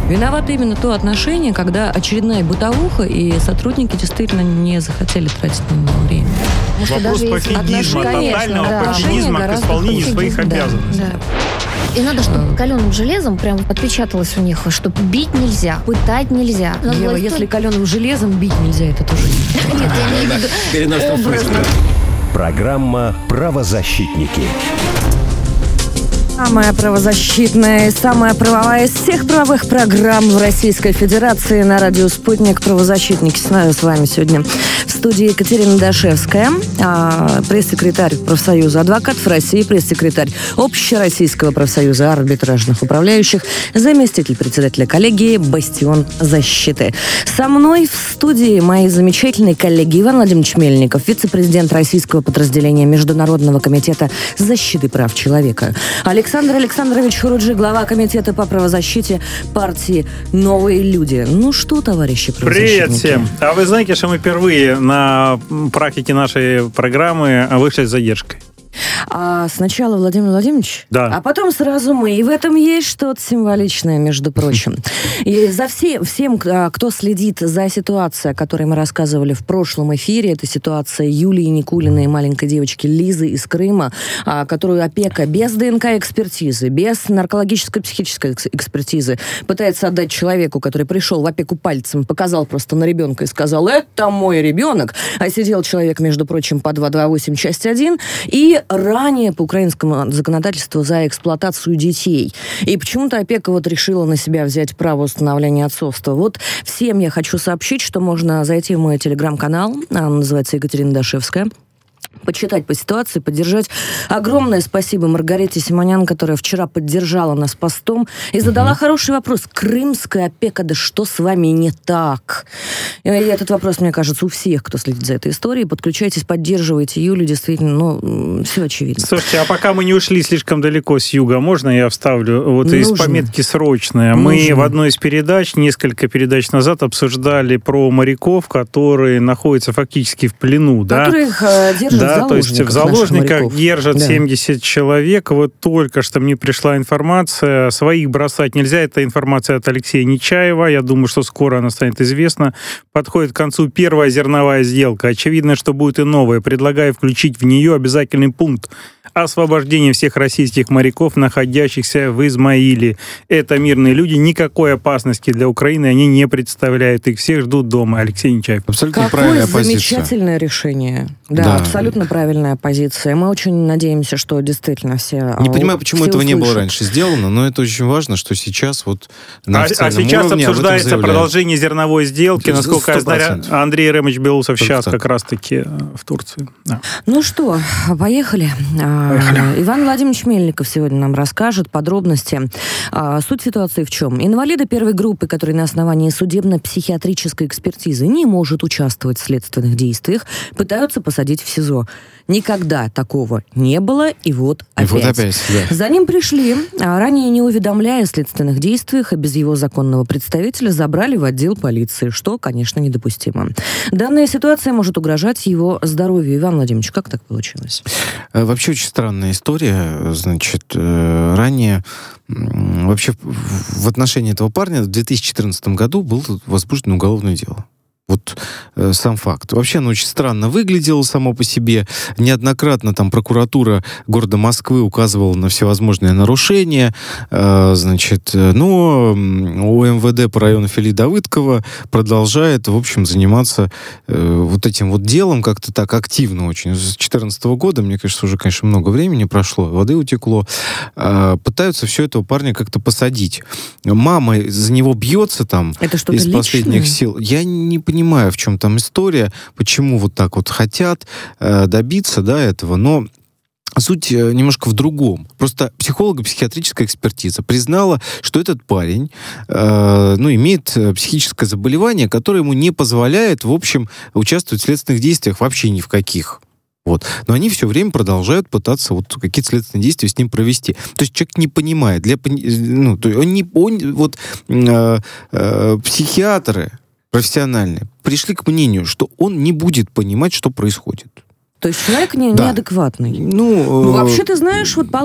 Виновато именно то отношение, когда очередная бытовуха, и сотрудники действительно не захотели тратить на него время. Вопрос пофигизма, тотального пофигизма к исполнению своих обязанностей. И надо, чтобы каленым железом прям отпечаталось у них, что бить нельзя, пытать нельзя. Ева, если каленым железом бить нельзя, это тоже не. Нет, я имею в виду образно. Программа «Правозащитники». Самая правозащитная и самая правовая из всех правовых программ в Российской Федерации на радио «Спутник». Правозащитники с вами сегодня в студии Екатерина Дашевская, пресс-секретарь профсоюза адвокатов России, пресс-секретарь Общероссийского профсоюза арбитражных управляющих, заместитель председателя коллегии «Бастион защиты». Со мной в студии мои замечательные коллеги Иван Владимирович Мельников, вице-президент российского подразделения Международного комитета защиты прав человека, Александр Александрович Хуруджи, глава комитета по правозащите партии «Новые люди». Ну что, товарищи правозащитники? Привет всем! А вы знаете, что мы впервые на практике нашей программы вышли с задержкой? Сначала Владимир Владимирович, да. А потом сразу мы. И в этом есть что-то символичное, между прочим. И всем, кто следит за ситуацией, о которой мы рассказывали в прошлом эфире, это ситуация Юлии Никулиной и маленькой девочки Лизы из Крыма, которую опека без ДНК-экспертизы, без наркологической психической экспертизы пытается отдать человеку, который пришел в опеку пальцем, показал просто на ребенка и сказал: «Это мой ребенок», а сидел человек, между прочим, по 228 часть 1, и ранее по украинскому законодательству за эксплуатацию детей. И почему-то опека решила на себя взять право установления отцовства. Всем я хочу сообщить, что можно зайти в мой телеграм-канал, он называется Екатерина Дашевская, почитать по ситуации, поддержать. Огромное спасибо Маргарите Симонян, которая вчера поддержала нас постом и задала хороший вопрос. Крымская опека, да что с вами не так? И этот вопрос, мне кажется, у всех, кто следит за этой историей. Подключайтесь, поддерживайте Юлю, действительно, все очевидно. Слушайте, а пока мы не ушли слишком далеко с юга, можно я вставлю из пометки «Срочная»? Мы в одной из передач, несколько передач назад, обсуждали про моряков, которые находятся фактически в плену. Которых держат то есть в заложниках держат 70 человек. Только что мне пришла информация. Своих бросать нельзя. Это информация от Алексея Нечаева. Я думаю, что скоро она станет известна. Подходит к концу первая зерновая сделка. Очевидно, что будет и новая. Предлагаю включить в нее обязательный пункт: освобождение всех российских моряков, находящихся в Измаиле. Это мирные люди. Никакой опасности для Украины они не представляют. Их всех ждут дома. Алексей Нечаев. Абсолютно правильная позиция. Замечательное решение. Да, абсолютно правильная позиция. Мы очень надеемся, что действительно все... Не понимаю, почему этого не было раньше сделано, но это очень важно, что сейчас на официальном сейчас уровне обсуждается продолжение зерновой сделки. Насколько я знаю, Андрей Ремович Белоусов сейчас как раз-таки в Турции. Да. Ну что, поехали. Иван Владимирович Мельников сегодня нам расскажет подробности. Суть ситуации в чем? Инвалида первой группы, который на основании судебно-психиатрической экспертизы не может участвовать в следственных действиях, пытаются посадить в СИЗО. Никогда такого не было, и опять. За ним пришли, ранее не уведомляя о следственных действиях, и без его законного представителя забрали в отдел полиции, что, конечно, недопустимо. Данная ситуация может угрожать его здоровью. Иван Владимирович, как так получилось? Вообще очень странная история. Ранее вообще в отношении этого парня в 2014 году было возбуждено уголовное дело. Сам факт. Вообще оно очень странно выглядело само по себе. Неоднократно прокуратура города Москвы указывала на всевозможные нарушения. Но УМВД по району Фили Давыдкова продолжает, в общем, заниматься этим делом как-то так активно очень. С 2014 года, мне кажется, уже, конечно, много времени прошло, воды утекло. Пытаются все этого парня как-то посадить. Мама за него бьется это что-то из личное? Последних сил. Я не понимаю, в чем там история, почему так хотят добиться этого, но суть немножко в другом. Просто психолого-психиатрическая экспертиза признала, что этот парень имеет психическое заболевание, которое ему не позволяет, в общем, участвовать в следственных действиях вообще ни в каких. Но они все время продолжают пытаться какие-то следственные действия с ним провести. То есть человек не понимает. Психиатры профессиональные пришли к мнению, что он не будет понимать, что происходит. То есть человек неадекватный. Ну, вообще, ты знаешь, вот по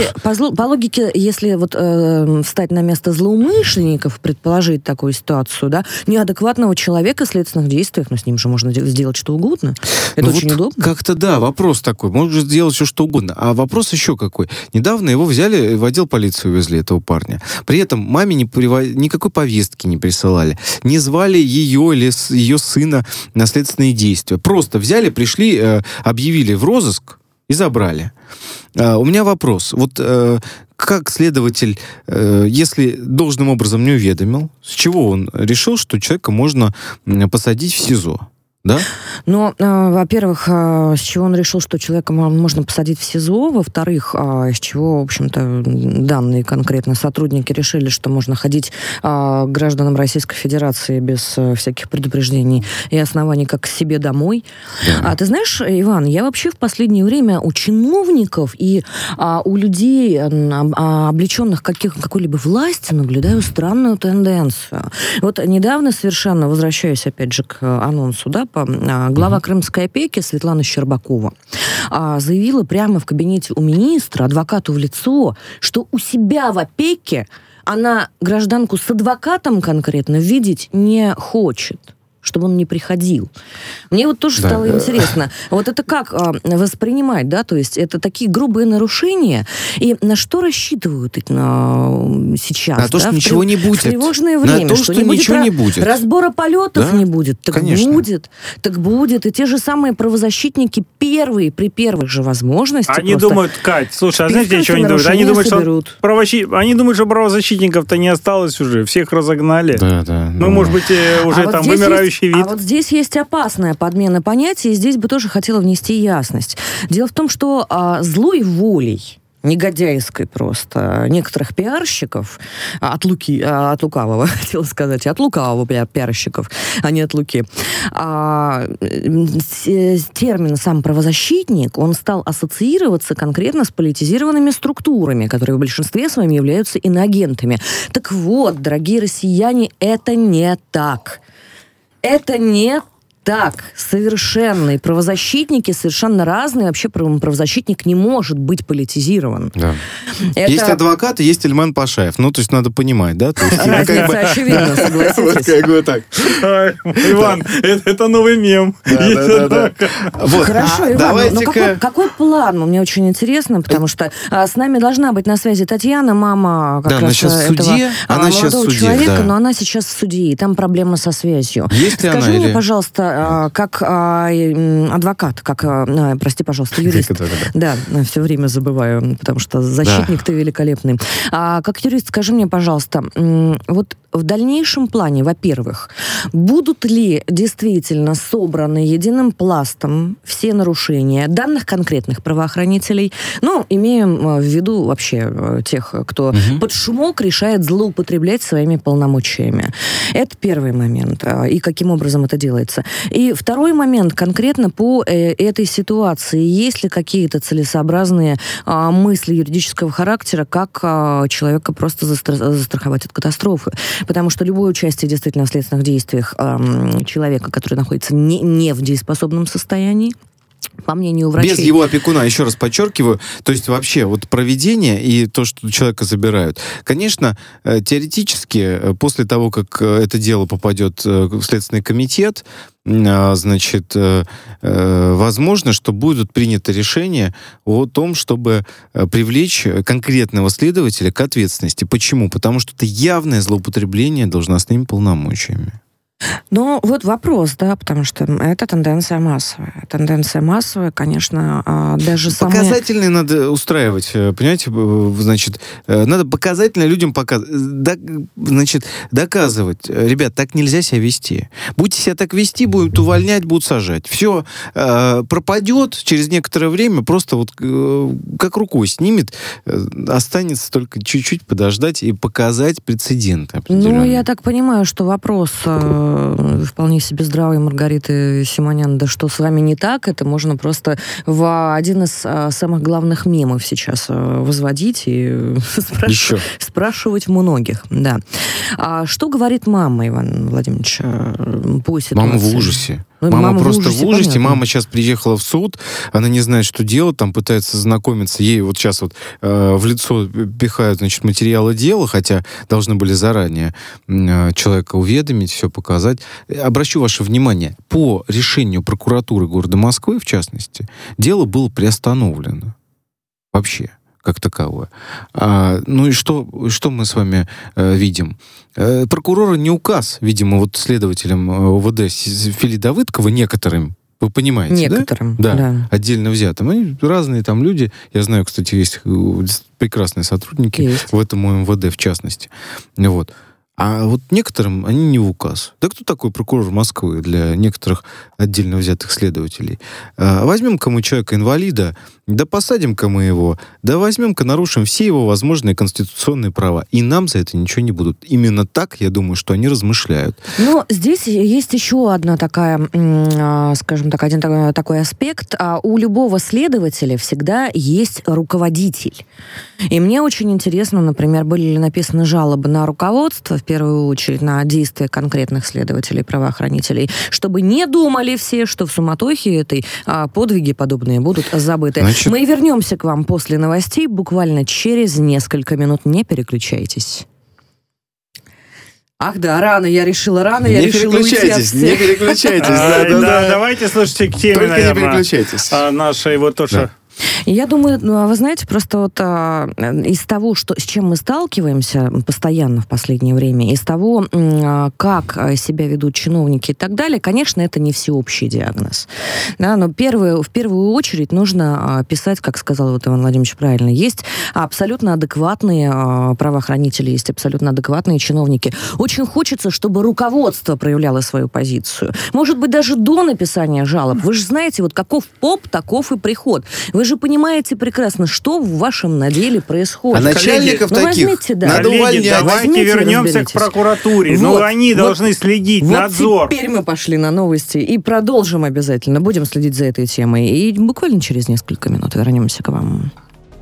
логике, если вот встать на место злоумышленников, предположить такую ситуацию, да, неадекватного человека в следственных действиях, но с ним же можно сделать что угодно. Это очень удобно. Как-то, да, вопрос такой. Можно сделать все, что угодно. А вопрос еще какой. Недавно его взяли, в отдел полиции увезли, этого парня. При этом маме никакой повестки не присылали. Не звали ее или ее сына на следственные действия. Просто взяли, пришли, объявили в розыск и забрали. У меня вопрос. Вот как следователь, если должным образом не уведомил, с чего он решил, что человека можно посадить в СИЗО? Да? Ну, во-первых, с чего он решил, что человека можно посадить в СИЗО, во-вторых, с чего, в общем-то, данные конкретно сотрудники решили, что можно ходить гражданам Российской Федерации без всяких предупреждений и оснований как к себе домой. Да. Ты знаешь, Иван, я вообще в последнее время у чиновников и у людей, облеченных какой-либо власти, наблюдаю странную тенденцию. Вот недавно совершенно, возвращаюсь опять же к анонсу, да, глава Крымской опеки Светлана Щербакова заявила прямо в кабинете у министра, адвокату в лицо, что у себя в опеке она гражданку с адвокатом конкретно видеть не хочет, чтобы он не приходил. Мне вот тоже стало интересно, вот это как воспринимать, да, то есть это такие грубые нарушения, и на что рассчитывают сейчас? На то, что ничего не будет. В тревожное время. На то, что ничего не будет. Разбора полетов не будет. Так конечно. Так будет. И те же самые правозащитники при первых же возможностях. Они думают, Кать, слушай, а знаете, что они думают? Они думают, что правозащитников-то не осталось уже, всех разогнали. Да. Ну, может быть, уже там вымирающий вид. А вот здесь есть опасная подмена понятий, и здесь бы тоже хотела внести ясность. Дело в том, что злой волей, негодяйской просто, некоторых пиарщиков, от лукавого, хотела сказать, от лукавого пиарщиков, а не от Луки, термин сам правозащитник, он стал ассоциироваться конкретно с политизированными структурами, которые в большинстве своем являются иноагентами. Так вот, дорогие россияне, это не так. Это не так. Совершенно. И правозащитники совершенно разные. Вообще правозащитник не может быть политизирован. Да. Есть адвокат и есть Ильман Пашаев. Ну, то есть надо понимать, да? Разница очевидна, согласитесь. Как бы так. Иван, это новый мем. Да. Хорошо, Иван, но какой план? Мне очень интересно, потому что с нами должна быть на связи Татьяна, мама как раз этого молодого человека, но она сейчас в суде, и там проблема со связью. Скажи мне, пожалуйста, как адвокат, прости, пожалуйста, юрист. Да, все время забываю, потому что защитник ты великолепный. Как юрист, скажи мне, пожалуйста, вот в дальнейшем плане, во-первых, будут ли действительно собраны единым пластом все нарушения данных конкретных правоохранителей? Ну, имеем в виду вообще тех, кто под шумок решает злоупотреблять своими полномочиями. Это первый момент. И каким образом это делается. И второй момент конкретно по этой ситуации. Есть ли какие-то целесообразные мысли юридического характера, как человека просто застраховать от катастрофы? Потому что любое участие действительно в следственных действиях человека, который находится не в дееспособном состоянии, по мнению врачей... Без его опекуна, еще раз подчеркиваю, то есть вообще вот проведение и то, что человека забирают. Конечно, теоретически, после того, как это дело попадет в Следственный комитет, значит, возможно, что будут приняты решения о том, чтобы привлечь конкретного следователя к ответственности. Почему? Потому что это явное злоупотребление должностными полномочиями. Ну, вот вопрос, да, потому что это тенденция массовая. Тенденция массовая, конечно, даже самые... Показательные надо устраивать, понимаете, значит, надо показательно людям доказывать. Ребят, так нельзя себя вести. Будете себя так вести, будут увольнять, будут сажать. Все пропадет через некоторое время, просто вот как рукой снимет, останется только чуть-чуть подождать и показать прецеденты. Ну, я так понимаю, что вопрос... вполне себе здравый Маргариты Симонян, да что с вами не так, это можно просто в один из самых главных мемов сейчас возводить и спрашивать многих. Да. Что говорит мама Ивана Владимировича по ситуации? Мама в ужасе. Мама просто в ужасе. Понятно. Мама сейчас приехала в суд, она не знает, что делать, там пытается знакомиться. Ей вот сейчас вот в лицо пихают, значит, материалы дела, хотя должны были заранее человека уведомить, все показать. Обращу ваше внимание, по решению прокуратуры города Москвы, в частности, дело было приостановлено. Вообще. Как таковое. Ну и что мы с вами видим? Прокурора не указ, видимо, вот следователям УВД Фили Давыдкова некоторым, вы понимаете, некоторым, да? Отдельно взятым. Они разные там люди. Я знаю, кстати, есть прекрасные сотрудники в этом МВД, в частности. Вот. А вот некоторым они не в указ. Да кто такой прокурор Москвы для некоторых отдельно взятых следователей? Возьмем-ка мы человека-инвалида, да посадим-ка мы его, да возьмем-ка, нарушим все его возможные конституционные права. И нам за это ничего не будут. Именно так, я думаю, что они размышляют. Но здесь есть еще одна такая, скажем так, один такой аспект. У любого следователя всегда есть руководитель. И мне очень интересно, например, были ли написаны жалобы на руководство, в первую очередь на действия конкретных следователей, правоохранителей, чтобы не думали все, что в суматохе этой подвиги подобные будут забыты. Мы вернемся к вам после новостей буквально через несколько минут. Не переключайтесь. Ах да, рано, я решила уйти от всех. Не переключайтесь. Да, давайте слушайте к теме, только не переключайтесь. Нашей вот тоже... Я думаю, вы знаете, просто вот из того, с чем мы сталкиваемся постоянно в последнее время, из того, как себя ведут чиновники и так далее, конечно, это не всеобщий диагноз. Да, но в первую очередь нужно писать, как сказал вот Иван Владимирович правильно, есть абсолютно адекватные правоохранители, есть абсолютно адекватные чиновники. Очень хочется, чтобы руководство проявляло свою позицию. Может быть, даже до написания жалоб. Вы же знаете, вот каков поп, таков и приход. Вы же понимаете прекрасно, что в вашем наделе происходит. А начальников таких надо увольнять. Давайте вернемся к прокуратуре. Вот, они должны следить, надзор. Вот теперь мы пошли на новости и продолжим обязательно. Будем следить за этой темой. И буквально через несколько минут вернемся к вам.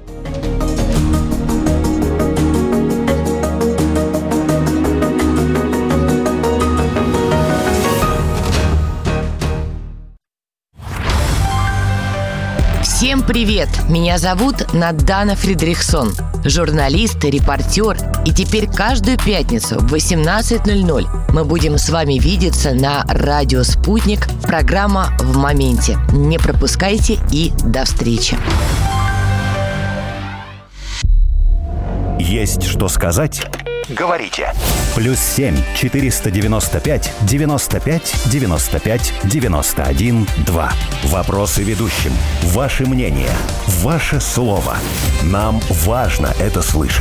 Всем привет! Меня зовут Надана Фридрихсон. Журналист, репортер. И теперь каждую пятницу в 18:00 мы будем с вами видеться на радио «Спутник». Программа «В моменте». Не пропускайте и до встречи. Есть что сказать? Говорите. +7 495 95 95 91 2. Вопросы ведущим. Ваше мнение. Ваше слово. Нам важно это слышать.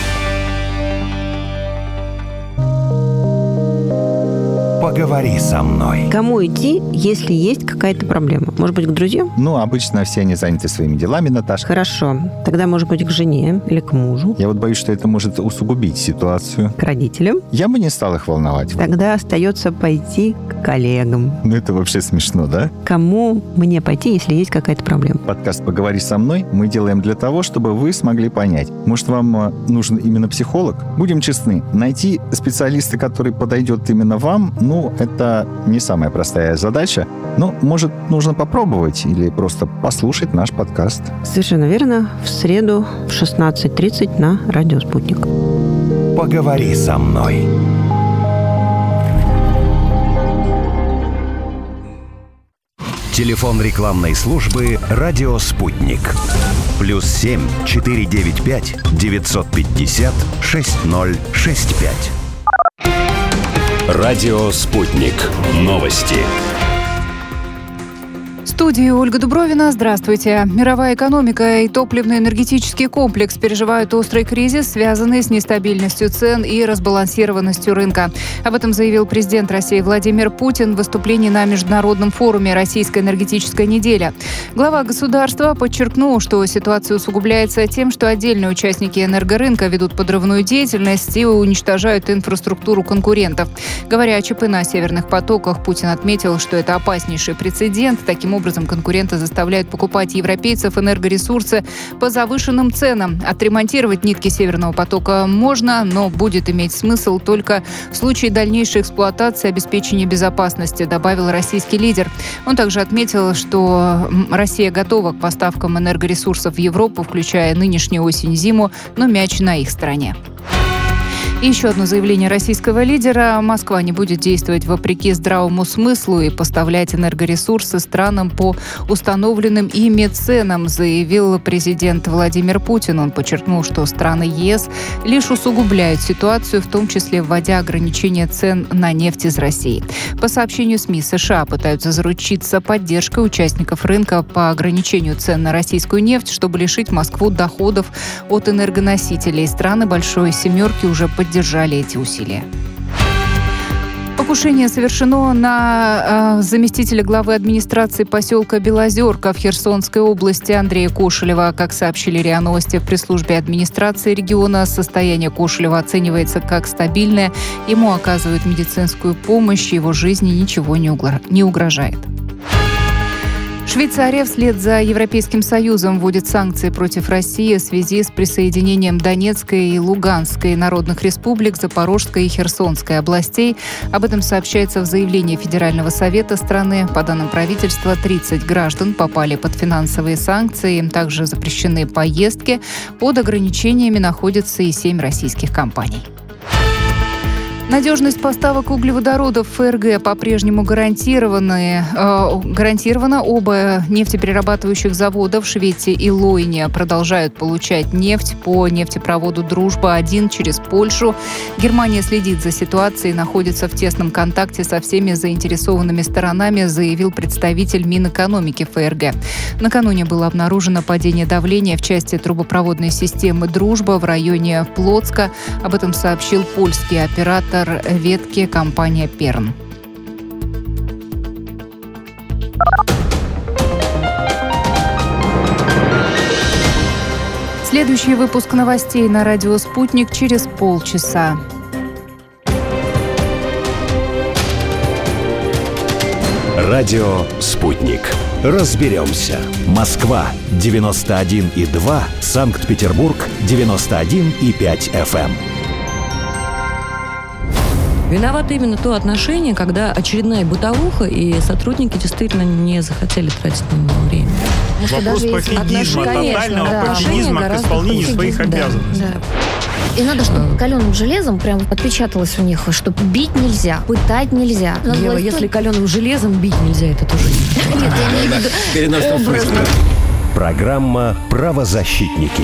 Поговори со мной. Кому идти, если есть какая-то проблема? Может быть, к друзьям? Ну, обычно все они заняты своими делами, Наташа. Хорошо. Тогда, может быть, к жене или к мужу? Я вот боюсь, что это может усугубить ситуацию. К родителям? Я бы не стал их волновать. Тогда остается пойти к коллегам. Ну, это вообще смешно, да? Кому мне пойти, если есть какая-то проблема? Подкаст «Поговори со мной» мы делаем для того, чтобы вы смогли понять. Может, вам нужен именно психолог? Будем честны, найти специалиста, который подойдет именно вам, ну, это не самая простая задача. Но, может, нужно попробовать или просто послушать наш подкаст. Совершенно верно. В среду в 16:30 на радио «Спутник». Поговори со мной. Телефон рекламной службы «Радио Спутник». +7 495 950 6065. Радио «Спутник». Новости. В студии Ольга Дубровина. Здравствуйте. Мировая экономика и топливно-энергетический комплекс переживают острый кризис, связанный с нестабильностью цен и разбалансированностью рынка. Об этом заявил президент России Владимир Путин в выступлении на Международном форуме «Российская энергетическая неделя». Глава государства подчеркнул, что ситуация усугубляется тем, что отдельные участники энергорынка ведут подрывную деятельность и уничтожают инфраструктуру конкурентов. Говоря о ЧП на северных потоках, Путин отметил, что это опаснейший прецедент. Таким образом, образом конкуренты заставляют покупать европейцев энергоресурсы по завышенным ценам. Отремонтировать нитки Северного потока можно, но будет иметь смысл только в случае дальнейшей эксплуатации и обеспечения безопасности, добавил российский лидер. Он также отметил, что Россия готова к поставкам энергоресурсов в Европу, включая нынешнюю осень-зиму, но мяч на их стороне. И еще одно заявление российского лидера. Москва не будет действовать вопреки здравому смыслу и поставлять энергоресурсы странам по установленным ими ценам, заявил президент Владимир Путин. Он подчеркнул, что страны ЕС лишь усугубляют ситуацию, в том числе вводя ограничения цен на нефть из России. По сообщению СМИ, США пытаются заручиться поддержкой участников рынка по ограничению цен на российскую нефть, чтобы лишить Москву доходов от энергоносителей. Страны Большой Семерки уже поддержали эти усилия. Покушение совершено на заместителя главы администрации поселка Белозерка в Херсонской области Андрея Кошелева. Как сообщили РИА Новости в пресс-службе администрации региона, состояние Кошелева оценивается как стабильное. Ему оказывают медицинскую помощь, его жизни ничего не угрожает. Швейцария вслед за Европейским Союзом вводит санкции против России в связи с присоединением Донецкой и Луганской народных республик, Запорожской и Херсонской областей. Об этом сообщается в заявлении Федерального совета страны. По данным правительства, 30 граждан попали под финансовые санкции. Им также запрещены поездки. Под ограничениями находятся и 7 российских компаний. Надежность поставок углеводородов ФРГ по-прежнему гарантирована. Оба нефтеперерабатывающих завода в Швеции и Лойне продолжают получать нефть по нефтепроводу «Дружба-1» через Польшу. Германия следит за ситуацией и находится в тесном контакте со всеми заинтересованными сторонами, заявил представитель Минэкономики ФРГ. Накануне было обнаружено падение давления в части трубопроводной системы «Дружба» в районе Плотска. Об этом сообщил польский оператор ветки компания «Перн». Следующий выпуск новостей на радио «Спутник» через полчаса. Радио «Спутник». Разберемся. Москва 91,2, Санкт-Петербург 91,5 FM. Виновато именно то отношение, когда очередная бытовуха, и сотрудники действительно не захотели тратить на него время. Вопрос пофигизма, тотального пофигизма к исполнению своих обязанностей. И надо, чтобы каленым железом прям отпечаталось у них, что бить нельзя, пытать нельзя. Ева, если каленым железом бить нельзя, это тоже не... Нет, я имею в виду образно. Программа «Правозащитники».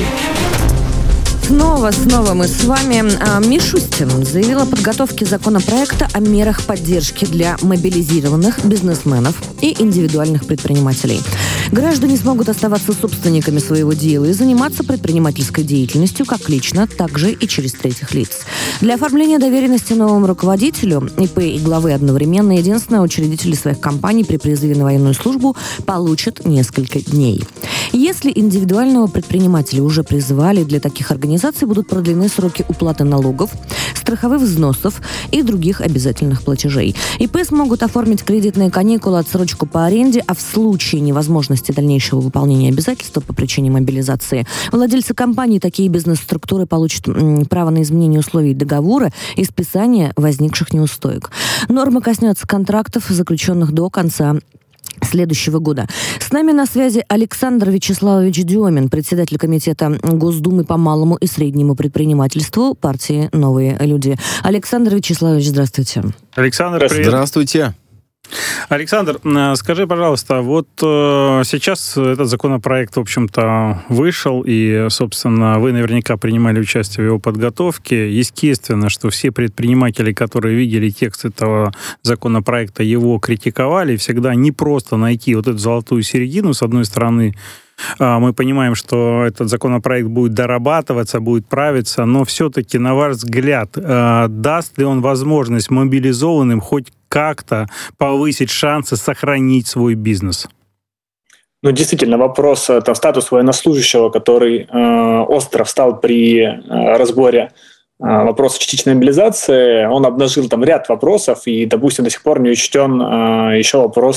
Снова мы с вами. Мишустин заявил о подготовке законопроекта о мерах поддержки для мобилизированных бизнесменов и индивидуальных предпринимателей. Граждане смогут оставаться собственниками своего дела и заниматься предпринимательской деятельностью как лично, так же и через третьих лиц. Для оформления доверенности новому руководителю ИП и главы одновременно единственные учредители своих компаний при призыве на военную службу получат несколько дней. Если индивидуального предпринимателя уже призвали, для таких организаций будут продлены сроки уплаты налогов, страховых взносов и других обязательных платежей. ИП смогут оформить кредитные каникулы, отсрочку по аренде, а в случае невозможности дальнейшего выполнения обязательств по причине мобилизации, владельцы компаний, такие бизнес-структуры получат право на изменение условий договора и списание возникших неустоек. Норма коснется контрактов, заключенных до конца следующего года. С нами на связи Александр Вячеславович Демин, председатель комитета Госдумы по малому и среднему предпринимательству партии «Новые люди». Александр Вячеславович, здравствуйте. Александр, привет. Здравствуйте. Александр, скажи, пожалуйста, вот сейчас этот законопроект, в общем-то, вышел, и, собственно, вы наверняка принимали участие в его подготовке. Естественно, что все предприниматели, которые видели текст этого законопроекта, его критиковали. Всегда непросто найти вот эту золотую середину. С одной стороны, мы понимаем, что этот законопроект будет дорабатываться, будет правиться, но все-таки, на ваш взгляд, даст ли он возможность мобилизованным хоть как-то повысить шансы сохранить свой бизнес? Ну, действительно, вопрос, статус военнослужащего, который остро встал при разборе вопроса частичной мобилизации, он обнажил там ряд вопросов, и, допустим, до сих пор не учтен еще вопрос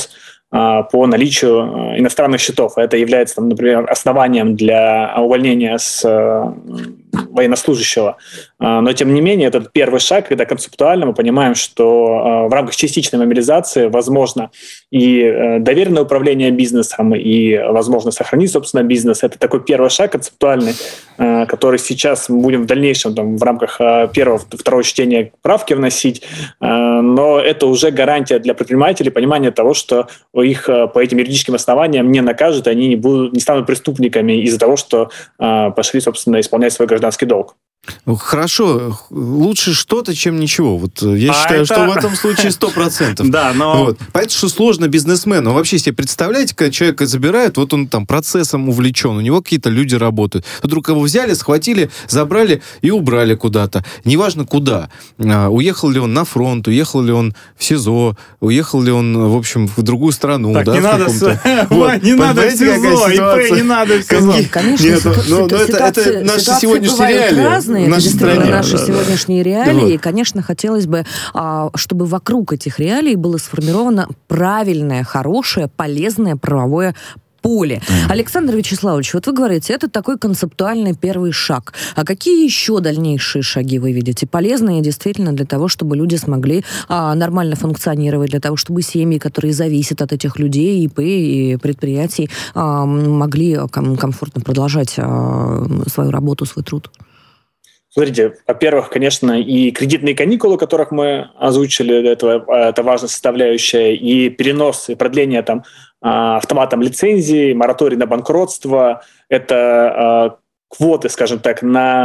по наличию иностранных счетов. Это является, например, основанием для увольнения с военнослужащего. Но, тем не менее, это первый шаг, когда концептуально мы понимаем, что в рамках частичной мобилизации возможно и доверенное управление бизнесом, и возможно сохранить, собственно, бизнес. Это такой первый шаг концептуальный, который сейчас мы будем в дальнейшем в рамках первого-второго чтения правки вносить. Но это уже гарантия для предпринимателей, понимание того, что их по этим юридическим основаниям не накажут, они не станут преступниками из-за того, что пошли, собственно, исполнять свой гражданский долг. Хорошо, лучше что-то, чем ничего. Вот я считаю, что в этом случае 100%. Да, но... Вот. Понятно, что сложно бизнесмену. Вообще себе представляете, когда человека забирают, вот он там процессом увлечен, у него какие-то люди работают. Вдруг его взяли, схватили, забрали и убрали куда-то. Неважно куда. Уехал ли он на фронт, уехал ли он в СИЗО, уехал ли он, в общем, в другую страну. Так, да, не надо в СИЗО, ИП не надо в СИЗО. Конечно, это наши сегодняшние реалии. Это действительно наши сегодняшние реалии. И, конечно, хотелось бы, чтобы вокруг этих реалий было сформировано правильное, хорошее, полезное правовое поле. Александр Вячеславович, вот вы говорите, это такой концептуальный первый шаг. А какие еще дальнейшие шаги вы видите? Полезные действительно для того, чтобы люди смогли нормально функционировать, для того, чтобы семьи, которые зависят от этих людей, ИП и предприятий, могли комфортно продолжать свою работу, свой труд? Смотрите, во-первых, конечно, и кредитные каникулы, которых мы озвучили до этого, это важная составляющая, и перенос, и продление там автоматом лицензий, мораторий на банкротство, это квоты, скажем так,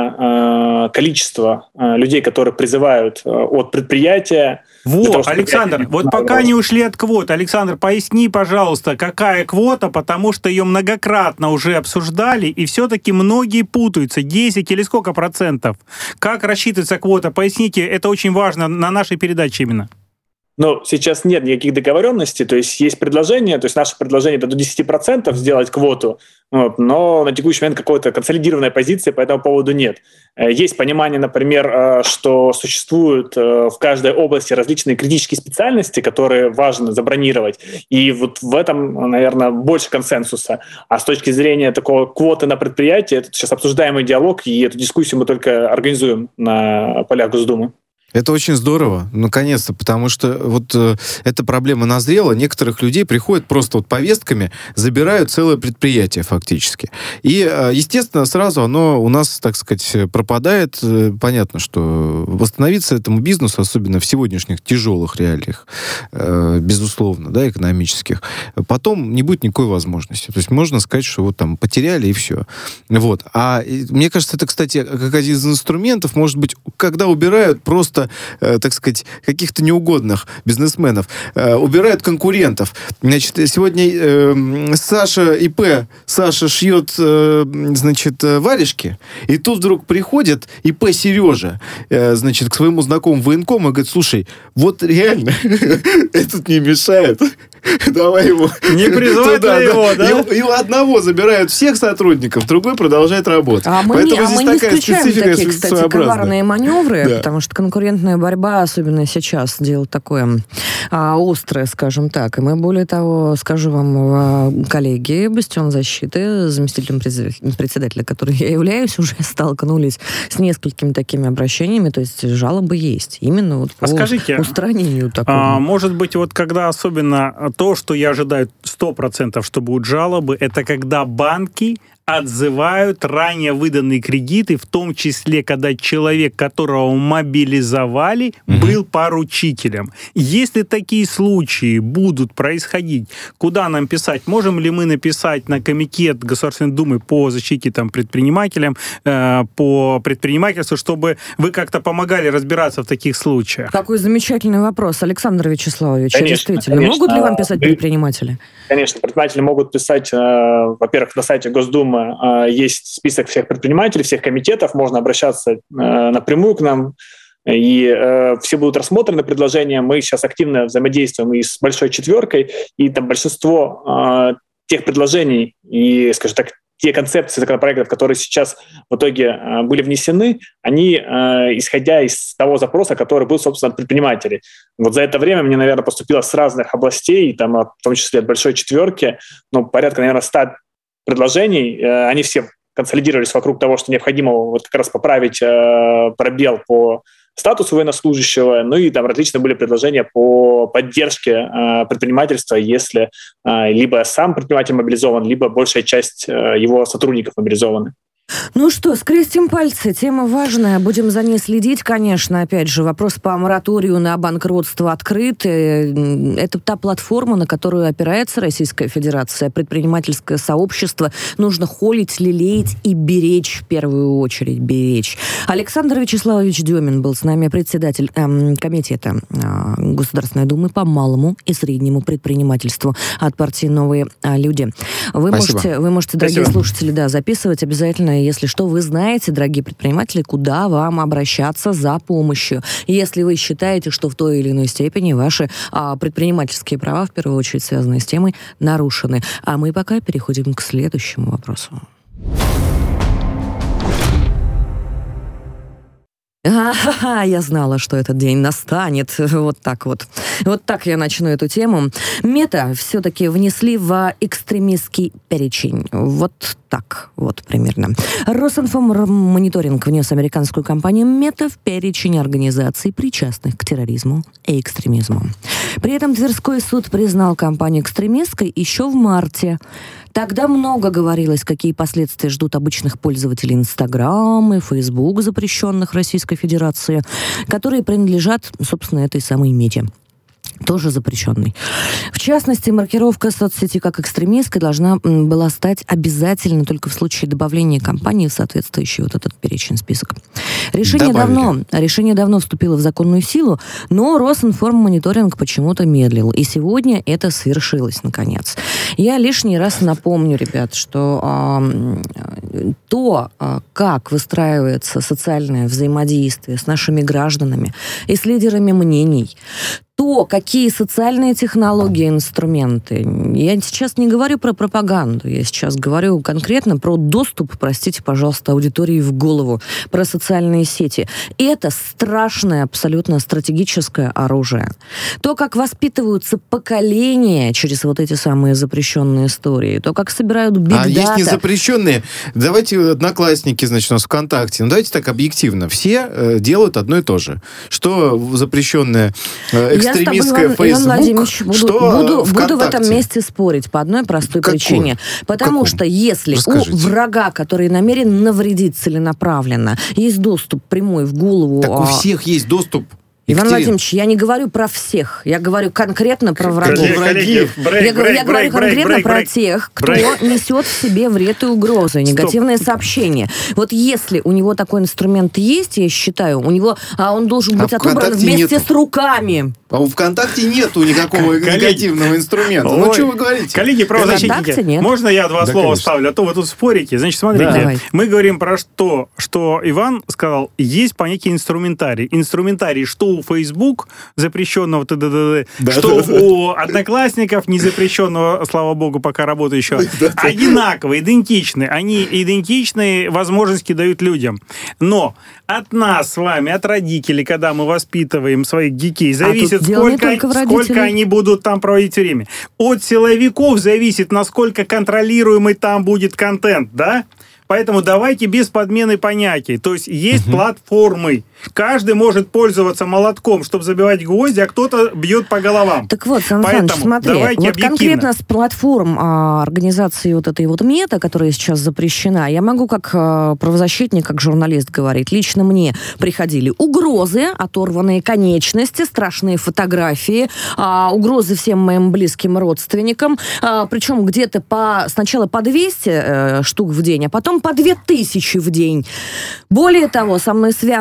на количество людей, которые призывают от предприятия. Вот, Александр, вот пока не ушли от квот, Александр, поясни, пожалуйста, какая квота, потому что ее многократно уже обсуждали, и все-таки многие путаются. 10 или сколько процентов? Как рассчитывается квота? Поясните, это очень важно на нашей передаче именно. Но сейчас нет никаких договоренностей, то есть предложение, то есть наше предложение это до 10% сделать квоту, вот, но на текущий момент какой-то консолидированной позиции по этому поводу нет. Есть понимание, например, что существуют в каждой области различные критические специальности, которые важно забронировать, и вот в этом, наверное, больше консенсуса. А с точки зрения такого квоты на предприятие, это сейчас обсуждаемый диалог, и эту дискуссию мы только организуем на полях Госдумы. Это очень здорово, наконец-то, потому что вот эта проблема назрела, некоторых людей приходят просто вот повестками, забирают целое предприятие фактически. И, естественно, сразу оно у нас, так сказать, пропадает. Понятно, что восстановиться этому бизнесу, особенно в сегодняшних тяжелых реалиях, безусловно, да, экономических, потом не будет никакой возможности. То есть можно сказать, что вот там потеряли и все. Вот. А мне кажется, это, кстати, как один из инструментов, может быть, когда убирают просто так сказать, каких-то неугодных бизнесменов, убирают конкурентов. Значит, сегодня Саша шьет, значит, варежки, и тут вдруг приходит ИП Сережа, значит, к своему знакомому военкому и говорит: слушай, вот реально, этот не мешает. Давай его. Не призвать его, да? Его одного забирают всех сотрудников, другой продолжает работать. Мы не исключаем такие, кстати, коварные маневры, потому что конкурентная борьба, особенно сейчас, дело такое острое, скажем так. И мы, более того, скажу вам, коллеги Бастион защиты, заместителем председателя, который я являюсь, уже столкнулись с несколькими такими обращениями, то есть жалобы есть. Именно вот по устранению такого. Может быть, вот когда особенно то, что я ожидаю 100%, что будут жалобы, это когда банки отзывают ранее выданные кредиты, в том числе, когда человек, которого мобилизовали, был поручителем. Если такие случаи будут происходить, куда нам писать? Можем ли мы написать на Комитет Государственной Думы по защите предпринимателям, по предпринимательству, чтобы вы как-то помогали разбираться в таких случаях? Какой замечательный вопрос, Александр Вячеславович. Конечно, действительно. Конечно. Могут ли вам писать предприниматели? Конечно, предприниматели могут писать, во-первых, на сайте Госдумы есть список всех предпринимателей, всех комитетов, можно обращаться напрямую к нам, и все будут рассмотрены предложения. Мы сейчас активно взаимодействуем и с Большой Четверкой, и там большинство тех предложений и, скажем так, те концепции законопроектов, которые сейчас в итоге были внесены, они исходя из того запроса, который был, собственно, от предпринимателей. Вот за это время мне, наверное, поступило с разных областей, там, в том числе от большой четверки, порядка, наверное, 100 предложений. Они все консолидировались вокруг того, что необходимо вот как раз поправить пробел по статусу военнослужащего, и там различные были предложения по поддержке предпринимательства, если либо сам предприниматель мобилизован, либо большая часть его сотрудников мобилизованы. Ну что, скрестим пальцы, тема важная, будем за ней следить, конечно. Опять же, вопрос по мораторию на банкротство открыт. Это та платформа, на которую опирается Российская Федерация, предпринимательское сообщество. Нужно холить, лелеять и беречь, в первую очередь, беречь. Александр Вячеславович Демин был с нами, председатель комитета Государственной Думы по малому и среднему предпринимательству от партии «Новые люди». Вы можете, дорогие слушатели, записывать обязательно. Если что, вы знаете, дорогие предприниматели, куда вам обращаться за помощью. Если вы считаете, что в той или иной степени ваши предпринимательские права, в первую очередь связанные с темой, нарушены. А мы пока переходим к следующему вопросу. Я знала, что этот день настанет. Вот так вот. Вот так я начну эту тему. Мета все-таки внесли в экстремистский перечень. Вот так вот примерно. Росинформониторинг внес американскую компанию Мета в перечень организаций, причастных к терроризму и экстремизму. При этом Тверской суд признал компанию экстремистской еще в марте. Тогда много говорилось, какие последствия ждут обычных пользователей Инстаграм и Фейсбук, запрещенных Российской Федерации, которые принадлежат, собственно, этой самой Мете. Тоже запрещенный. В частности, маркировка соцсети как экстремистской должна была стать обязательно только в случае добавления компании в соответствующий вот этот перечень, список. Решение давно вступило в законную силу, но Росинформониторинг почему-то медлил. И сегодня это свершилось, наконец. Я лишний раз напомню, ребят, что как выстраивается социальное взаимодействие с нашими гражданами и с лидерами мнений, то, какие социальные технологии, инструменты. Я сейчас не говорю про пропаганду, я сейчас говорю конкретно про доступ, простите, пожалуйста, аудитории в голову, про социальные сети. И это страшное, абсолютно стратегическое оружие. То, как воспитываются поколения через вот эти самые запрещенные истории, то, как собирают бигдата. А есть незапрещенные. Давайте одноклассники, значит, у нас ВКонтакте. Давайте так объективно. Все делают одно и то же. Что запрещенное экстремистское Facebook, буду в этом месте спорить по одной простой причине. Потому что если у врага, который намерен навредить целенаправленно, есть доступ прямой в голову... Так у всех есть доступ. Иван Владимирович, я не говорю про всех, я говорю конкретно про врагов. Я говорю конкретно про тех, кто несет в себе вред и угрозы, негативные сообщения. Вот если у него такой инструмент есть, я считаю, у него, он должен быть отобран вместе с руками. А у ВКонтакте нету никакого негативного инструмента. Ну, что вы говорите? Коллеги, правозащитники, можно я два слова вставлю? А то вы тут спорите. Значит, смотрите, мы говорим про что Иван сказал, есть понятие инструментарий. Инструментарий, что у Facebook запрещенного что у Одноклассников незапрещенного, слава богу, пока работающего, одинаково, идентичны. Они идентичные возможности дают людям. Но от нас с вами, от родителей, когда мы воспитываем своих детей, зависит, сколько они будут там проводить время. От силовиков зависит, насколько контролируемый там будет контент, да? Поэтому давайте без подмены понятий. То есть есть платформы. Каждый может пользоваться молотком, чтобы забивать гвозди, а кто-то бьет по головам. Так вот, Сан Саныч, смотри, вот конкретно с платформ организации вот этой вот Мета, которая сейчас запрещена, я могу как правозащитник, как журналист говорить, лично мне приходили угрозы, оторванные конечности, страшные фотографии, угрозы всем моим близким родственникам, причем где-то сначала по 200 штук в день, а потом по 2000 в день. Более того, со мной связывались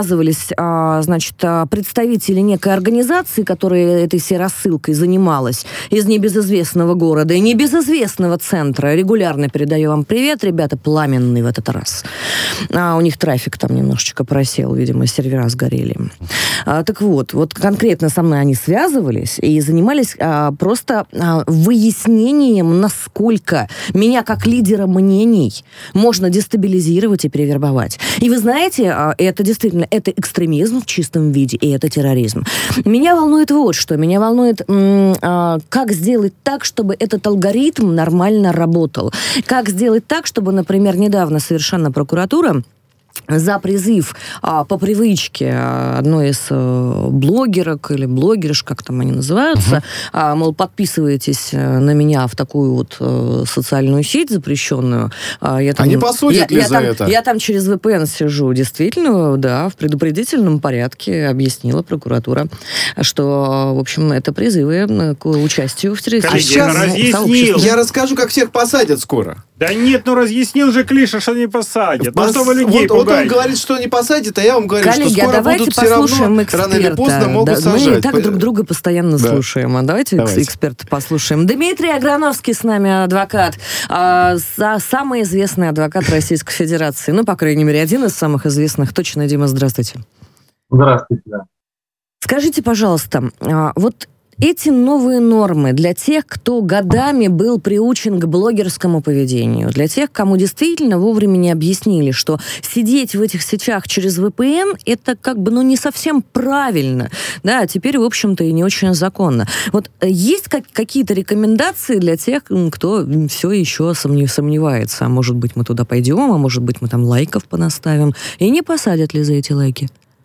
значит, представители некой организации, которая этой всей рассылкой занималась, из небезызвестного города и небезызвестного центра. Регулярно передаю вам привет, ребята, пламенный в этот раз. У них трафик там немножечко просел, видимо, сервера сгорели. Так вот конкретно со мной они связывались и занимались просто выяснением, насколько меня как лидера мнений можно дестабилизировать и перевербовать. И вы знаете, это действительно, это экстремизм в чистом виде, и это терроризм. Меня волнует вот что. Меня волнует, как сделать так, чтобы этот алгоритм нормально работал. Как сделать так, чтобы, например, недавно совершенно прокуратура за призыв по привычке одной из блогерок или блогерш, как там они называются, мол, подписывайтесь на меня в такую вот социальную сеть запрещенную. Они посудят ли за это? Я там через VPN сижу. Действительно, да, в предупредительном порядке объяснила прокуратура, что, в общем, это призывы к участию в террористическом сообществе. Я расскажу, как всех посадят скоро. Да нет, разъяснил же Клиша, что не посадят. Что вы людей пугаете? Вот он говорит, что не посадит, а я вам говорю, коллеги, что скоро будут все равно, рано или поздно могут сажать. Мы и так друг друга постоянно слушаем. А давайте эксперта послушаем. Дмитрий Аграновский с нами, адвокат. Самый известный адвокат Российской Федерации. Ну, по крайней мере, один из самых известных. Точно, Дима, здравствуйте. Здравствуйте, да. Скажите, пожалуйста, вот эти новые нормы для тех, кто годами был приучен к блогерскому поведению, для тех, кому действительно вовремя не объяснили, что сидеть в этих сетях через VPN – это как бы, не совсем правильно, да, а теперь, в общем-то, и не очень законно. Вот есть какие-то рекомендации для тех, кто все еще сомневается? А может быть, мы туда пойдем, а может быть, мы там лайков понаставим, и не посадят ли за эти лайки?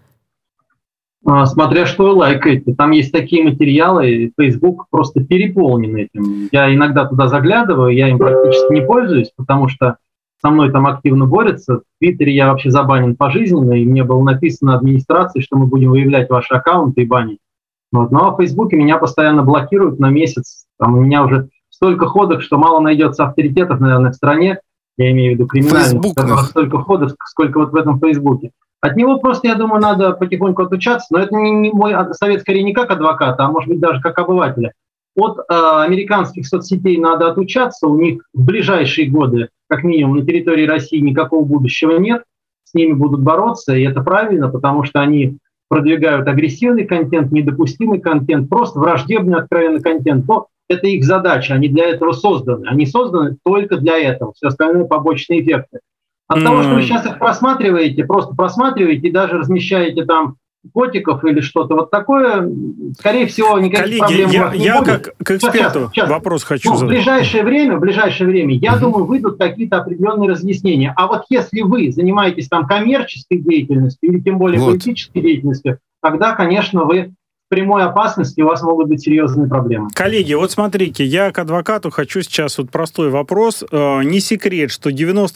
Смотря что вы лайкаете. Там есть такие материалы, и Facebook просто переполнен этим. Я иногда туда заглядываю, я им практически не пользуюсь, потому что со мной там активно борются. В Твиттере я вообще забанен пожизненно, и мне было написано администрации, что мы будем выявлять ваши аккаунты и банить. Вот. Ну а в Фейсбуке меня постоянно блокируют на месяц. Там у меня уже столько ходок, что мало найдется авторитетов, наверное, в стране. Я имею в виду криминальных. Столько ходок, сколько вот в этом Фейсбуке. От него просто, я думаю, надо потихоньку отучаться, но это не мой совет скорее не как адвоката, а может быть даже как обывателя. От американских соцсетей надо отучаться, у них в ближайшие годы, как минимум, на территории России никакого будущего нет, с ними будут бороться, и это правильно, потому что они продвигают агрессивный контент, недопустимый контент, просто враждебный откровенный контент. Но это их задача, они для этого созданы. Они созданы только для этого, все остальные побочные эффекты. От того, что вы сейчас их просматриваете, просто просматриваете и даже размещаете там котиков или что-то вот такое, скорее всего, никаких проблем у вас не будет. Я как к эксперту вопрос хочу задать. В ближайшее время, я думаю, выйдут какие-то определенные разъяснения. А вот если вы занимаетесь там коммерческой деятельностью или тем более политической деятельностью, тогда, конечно, вы в прямой опасности, у вас могут быть серьезные проблемы. Коллеги, вот смотрите, я к адвокату хочу сейчас вот простой вопрос. Не секрет, что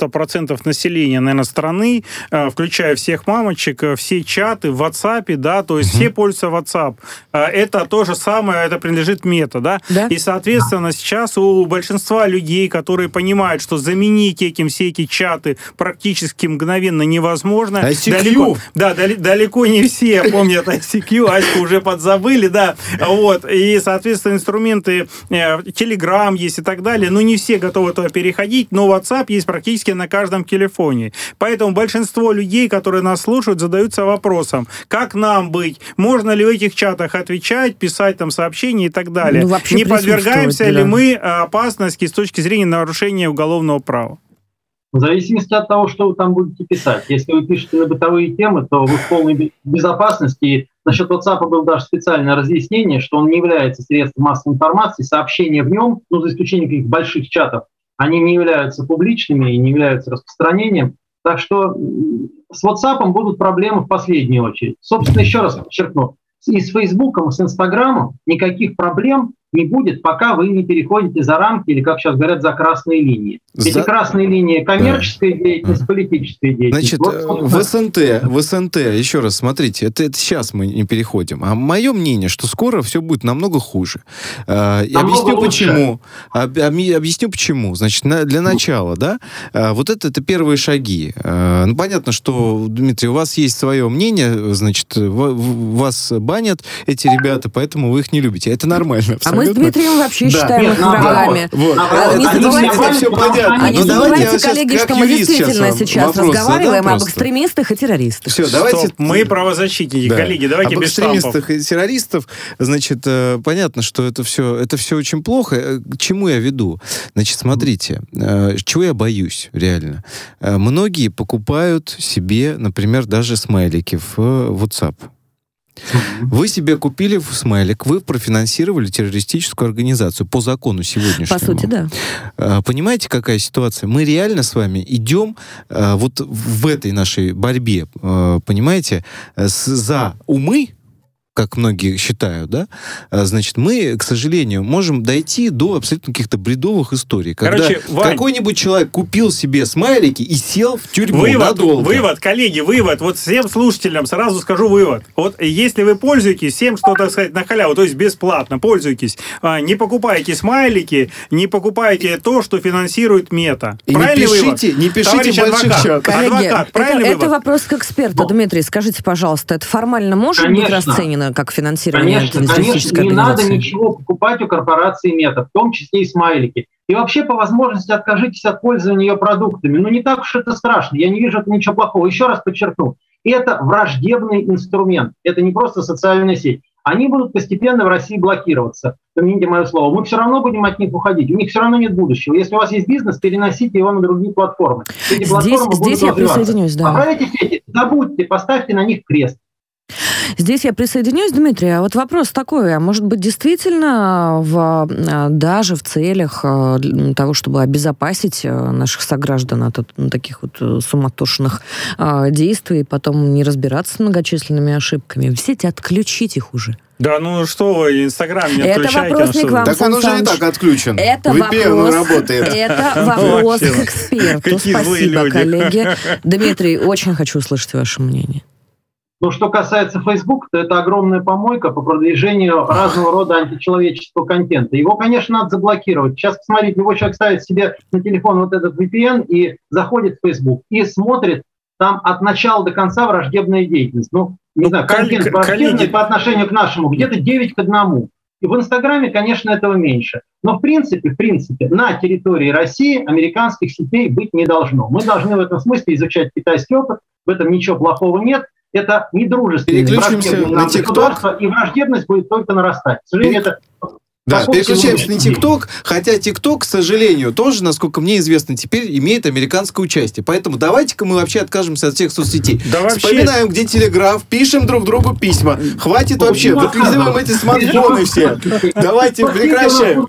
90% населения, наверное, страны, включая всех мамочек, все чаты в WhatsApp, да, то есть все пользуются WhatsApp. Это то же самое, это принадлежит Мета, да? И, соответственно, сейчас у большинства людей, которые понимают, что заменить этим все эти чаты практически мгновенно невозможно. ICQ? Далеко не все помнят ICQ, Аську уже подзабыли, да, вот, и, соответственно, инструменты, Telegram есть и так далее, но не все готовы туда переходить, но WhatsApp есть практически на каждом телефоне. Поэтому большинство людей, которые нас слушают, задаются вопросом, как нам быть, можно ли в этих чатах отвечать, писать там сообщения и так далее. Не подвергаемся ли мы опасности с точки зрения нарушения уголовного права? В зависимости от того, что вы там будете писать. Если вы пишете на бытовые темы, то вы в полной безопасности. И насчет WhatsApp было даже специальное разъяснение, что он не является средством массовой информации. Сообщения в нем, за исключением каких-то больших чатов, они не являются публичными и не являются распространением. Так что с WhatsApp будут проблемы в последнюю очередь. Собственно, еще раз подчеркну, и с Фейсбуком, и с Инстаграмом никаких проблем не будет, пока вы не переходите за рамки, или, как сейчас говорят, за красные линии. Эти красные линии — коммерческая деятельность, политическая деятельность. Значит, в СНТ, еще раз, смотрите, это сейчас мы не переходим. А мое мнение, что скоро все будет намного хуже. Объясню почему. Значит, для начала, да, вот это первые шаги. Ну, понятно, что, Дмитрий, у вас есть свое мнение, значит, вас банят эти ребята, поэтому вы их не любите. Это нормально. А мы с Дмитрием вообще считаем их врагами. Это все понятно. Не забывайте, коллеги, что мы действительно сейчас разговариваем об экстремистах и террористах. Все, давайте... Мы правозащитники, коллеги, давайте без штампов. Об экстремистах и террористов, значит, понятно, что это все очень плохо. К чему я веду? Значит, смотрите, чего я боюсь, реально. Многие покупают себе, например, даже смайлики в WhatsApp. Вы себе купили смайлик, вы профинансировали террористическую организацию по закону сегодняшнему. По сути, да. Понимаете, какая ситуация? Мы реально с вами идем вот в этой нашей борьбе, понимаете, за умы, как многие считают, да, значит, мы, к сожалению, можем дойти до абсолютно каких-то бредовых историй. Когда какой-нибудь человек купил себе смайлики и сел в тюрьму надолго. Вывод, коллеги, вот всем слушателям сразу скажу вывод. Вот если вы пользуетесь всем, что, так сказать, на халяву, то есть бесплатно, пользуйтесь, не покупайте смайлики, не покупайте то, что финансирует Мета. И правильный не пишите больших чат. Коллеги, это вопрос к эксперту. Дмитрий, скажите, пожалуйста, это формально может быть расценено как финансирование террористической организации? Не надо ничего покупать у корпорации Мета, в том числе и смайлики. И вообще, по возможности, откажитесь от пользования ее продуктами. Ну, не так уж это страшно, я не вижу это ничего плохого. Еще раз подчеркну, это враждебный инструмент, это не просто социальная сеть. Они будут постепенно в России блокироваться. Помяните мое слово. Мы все равно будем от них уходить. У них все равно нет будущего. Если у вас есть бизнес, переносите его на другие платформы. Эти платформы здесь я присоединюсь, да. А про эти сети забудьте, поставьте на них крест. Здесь я присоединюсь, Дмитрий. А вот вопрос такой, а может быть, действительно, даже в целях того, чтобы обезопасить наших сограждан от таких вот суматошных действий, потом не разбираться с многочисленными ошибками, в сети отключить их уже? Да, ну что вы, Инстаграм не отключаете. Это вопрос не к вам, так он уже и так отключен. Это вопрос к эксперту. Спасибо, коллеги. Дмитрий, очень хочу услышать ваше мнение. Но что касается Facebook, то это огромная помойка по продвижению разного рода античеловеческого контента. Его, конечно, надо заблокировать. Сейчас, посмотрите, любой человек ставит себе на телефон вот этот VPN и заходит в Facebook и смотрит там от начала до конца враждебная деятельность. Ну, не знаю, контент враждебный по отношению к нашему где-то 9:1. И в Инстаграме, конечно, этого меньше. Но в принципе, на территории России американских сетей быть не должно. Мы должны в этом смысле изучать китайский опыт. В этом ничего плохого нет. Это недружественное на государство, и враждебность будет только нарастать. К сожалению, это... Да, переключаемся на ТикТок, хотя ТикТок, к сожалению, тоже, насколько мне известно, теперь имеет американское участие. Поэтому давайте-ка мы вообще откажемся от всех соцсетей. Да вспоминаем, где Телеграф, пишем друг другу письма. Хватит вообще, выкидываем эти смартфоны все. Давайте прекращаем.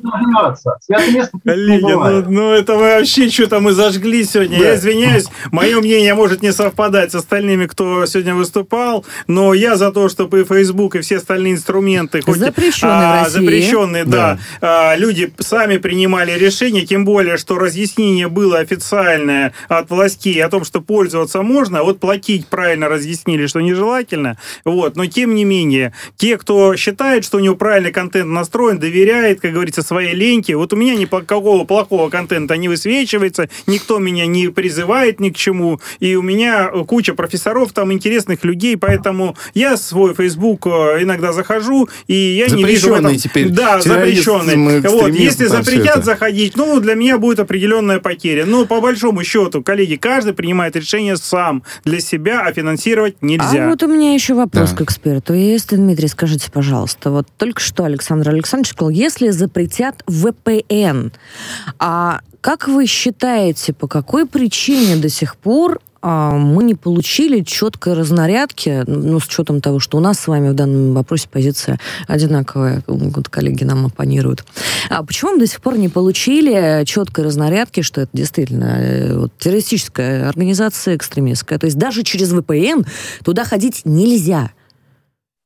Коллеги, ну это вы вообще что-то мы зажгли сегодня. Я извиняюсь, мое мнение может не совпадать с остальными, кто сегодня выступал, но я за то, чтобы и Facebook, и все остальные инструменты, хоть запрещенные, да, люди сами принимали решение, тем более, что разъяснение было официальное от властей о том, что пользоваться можно, вот платить правильно разъяснили, что нежелательно, вот, но тем не менее, те, кто считает, что у него правильный контент настроен, доверяет, как говорится, своей ленте, вот у меня никакого плохого контента не высвечивается, никто меня не призывает ни к чему, и у меня куча профессоров, там интересных людей, поэтому я свой Facebook иногда захожу, и я не вижу в этом... теперь. Да, запрещенный. Вот, если запретят заходить, ну, для меня будет определенная потеря. Но по большому счету, коллеги, каждый принимает решение сам для себя, а финансировать нельзя. А вот у меня еще вопрос к эксперту. Если, Дмитрий, скажите, пожалуйста, вот только что Александр Александрович сказал, если запретят VPN, а как вы считаете, по какой причине до сих пор мы не получили четкой разнарядки, ну, с учетом того, что у нас с вами в данном вопросе позиция одинаковая, вот коллеги нам оппонируют. А почему мы до сих пор не получили четкой разнарядки, что это действительно вот, террористическая организация экстремистская? То есть даже через VPN туда ходить нельзя.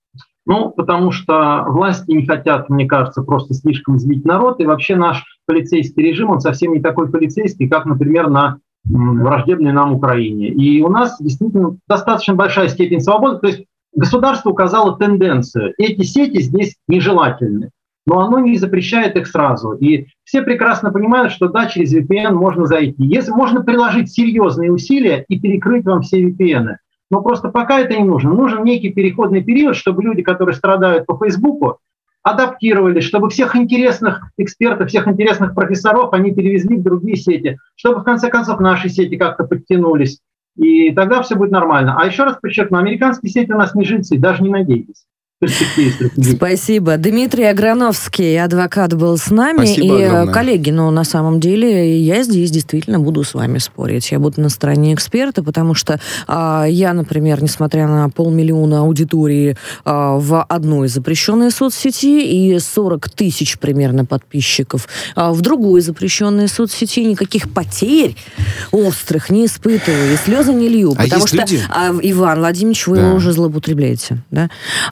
Потому что власти не хотят, мне кажется, просто слишком злить народ, и вообще наш полицейский режим, он совсем не такой полицейский, как, например, на враждебной нам Украине. И у нас действительно достаточно большая степень свободы, то есть государство указало тенденцию. Эти сети здесь нежелательны, но оно не запрещает их сразу. И все прекрасно понимают, что да, через VPN можно зайти. Если можно приложить серьезные усилия и перекрыть вам все VPN. Но просто пока это не нужно. Нужен некий переходный период, чтобы люди, которые страдают по Фейсбуку, адаптировались, чтобы всех интересных экспертов, всех интересных профессоров они перевезли в другие сети, чтобы в конце концов наши сети как-то подтянулись. И тогда все будет нормально. А еще раз подчеркну, американские сети у нас не жильцы, даже не надейтесь. Спасибо. Дмитрий Аграновский, адвокат, был с нами. Спасибо огромное. Коллеги, на самом деле я здесь действительно буду с вами спорить. Я буду на стороне эксперта, потому что я, например, несмотря на 500 000 аудитории в одной запрещенной соцсети и 40 000 примерно подписчиков в другой запрещенной соцсети, никаких потерь острых не испытываю и слезы не лью. Потому что, Иван Владимирович, вы уже злоупотребляете. Да?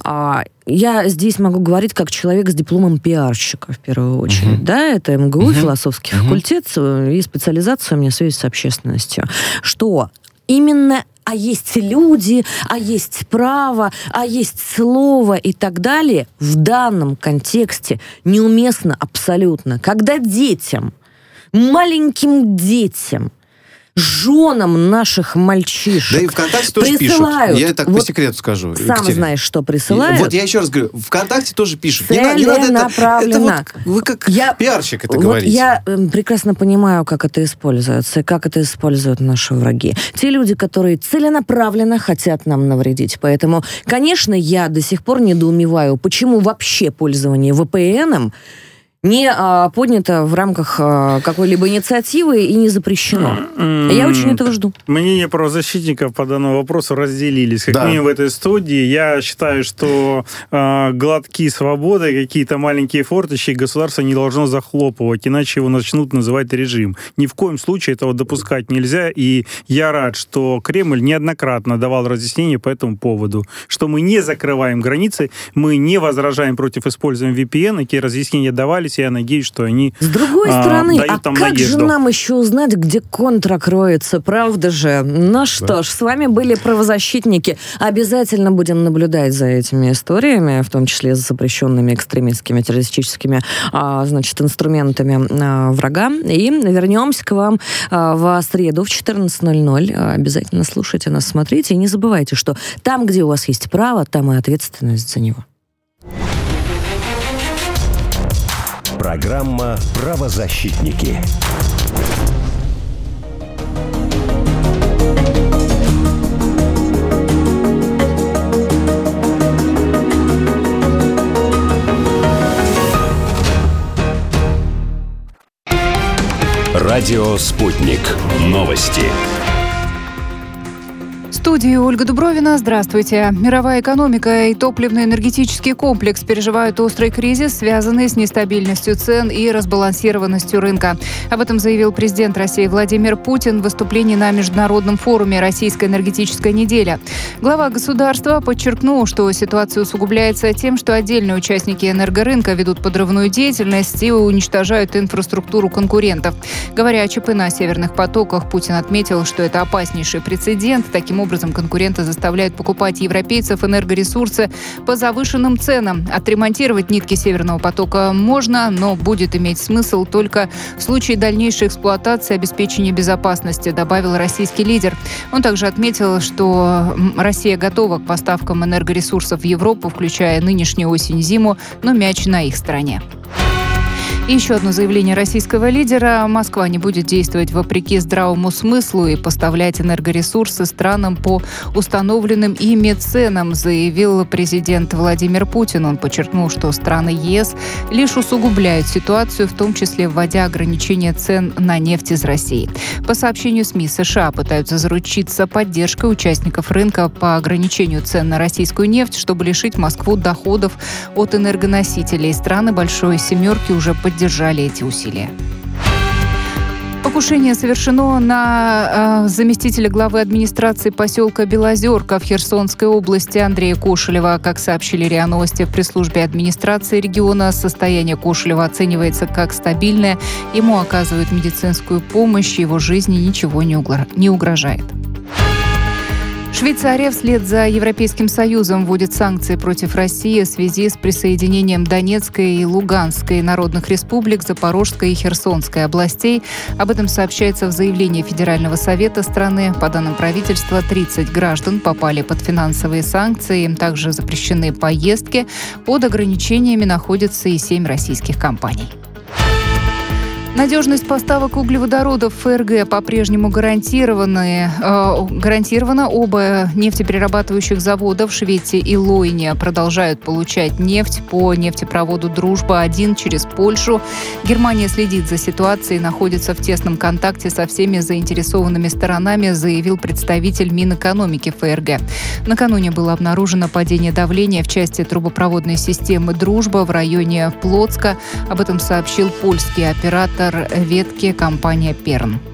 Я здесь могу говорить как человек с дипломом пиарщика, в первую очередь. Да, это МГУ, философский факультет, и специализация у меня связь с общественностью. Что именно есть люди, есть право, есть слово и так далее в данном контексте неуместно абсолютно. Когда детям, маленьким детям, женам наших мальчишек. Да и ВКонтакте тоже присылают. Пишут. Я так по секрету скажу. Сам Екатерина. Знаешь, что присылают. Вот я еще раз говорю, ВКонтакте тоже пишут. Целенаправленно. Вы как пиарщик это говорите. Я прекрасно понимаю, как это используется, и как это используют наши враги. Те люди, которые целенаправленно хотят нам навредить. Поэтому, конечно, я до сих пор недоумеваю, почему вообще пользование VPN-ом не поднято в рамках какой-либо инициативы и не запрещено. Я очень этого жду. Мнения правозащитников по данному вопросу разделились. Как минимум в этой студии. Я считаю, что глотки свободы, какие-то маленькие форточки государство не должно захлопывать, иначе его начнут называть режим. Ни в коем случае этого допускать нельзя. И я рад, что Кремль неоднократно давал разъяснения по этому поводу, что мы не закрываем границы, мы не возражаем против использования VPN, эти разъяснения давались. Я надеюсь, что они с другой стороны, дают нам как надежду. же нам еще узнать, где контра кроется, правда же? Что ж, с вами были правозащитники. Обязательно будем наблюдать за этими историями, в том числе за запрещенными экстремистскими, террористическими, инструментами врага. И вернемся к вам в среду в 14:00. Обязательно слушайте нас, смотрите. И не забывайте, что там, где у вас есть право, там и ответственность за него. Программа «Правозащитники». Радио «Спутник». Новости. В студии Ольга Дубровина. Здравствуйте. Мировая экономика и топливно-энергетический комплекс переживают острый кризис, связанный с нестабильностью цен и разбалансированностью рынка. Об этом заявил президент России Владимир Путин в выступлении на Международном форуме «Российская энергетическая неделя». Глава государства подчеркнул, что ситуация усугубляется тем, что отдельные участники энергорынка ведут подрывную деятельность и уничтожают инфраструктуру конкурентов. Говоря о ЧП на северных потоках, Путин отметил, что это опаснейший прецедент. Таким образом, конкуренты заставляют покупать европейцев энергоресурсы по завышенным ценам. Отремонтировать нитки Северного потока можно, но будет иметь смысл только в случае дальнейшей эксплуатации и обеспечения безопасности, добавил российский лидер. Он также отметил, что Россия готова к поставкам энергоресурсов в Европу, включая нынешнюю осень-зиму, но мяч на их стороне. И еще одно заявление российского лидера. Москва не будет действовать вопреки здравому смыслу и поставлять энергоресурсы странам по установленным ими ценам, заявил президент Владимир Путин. Он подчеркнул, что страны ЕС лишь усугубляют ситуацию, в том числе вводя ограничения цен на нефть из России. По сообщению СМИ, США пытаются заручиться поддержкой участников рынка по ограничению цен на российскую нефть, чтобы лишить Москву доходов от энергоносителей. Страны Большой Семерки уже поддержали эти усилия. Покушение совершено на заместителя главы администрации поселка Белозерка в Херсонской области Андрея Кошелева. Как сообщили РИА Новости в пресс-службе администрации региона, состояние Кошелева оценивается как стабильное. Ему оказывают медицинскую помощь, его жизни ничего не угрожает. Швейцария вслед за Европейским Союзом вводит санкции против России в связи с присоединением Донецкой и Луганской народных республик, Запорожской и Херсонской областей. Об этом сообщается в заявлении Федерального совета страны. По данным правительства, 30 граждан попали под финансовые санкции. Им также запрещены поездки. Под ограничениями находятся и 7 российских компаний. Надежность поставок углеводородов в ФРГ по-прежнему гарантирована. Оба нефтеперерабатывающих завода в Швеции и Лойне продолжают получать нефть по нефтепроводу «Дружба-1» через Польшу. Германия следит за ситуацией и находится в тесном контакте со всеми заинтересованными сторонами, заявил представитель Минэкономики ФРГ. Накануне было обнаружено падение давления в части трубопроводной системы «Дружба» в районе Плотска. Об этом сообщил польский оператор ветки компания «Перн».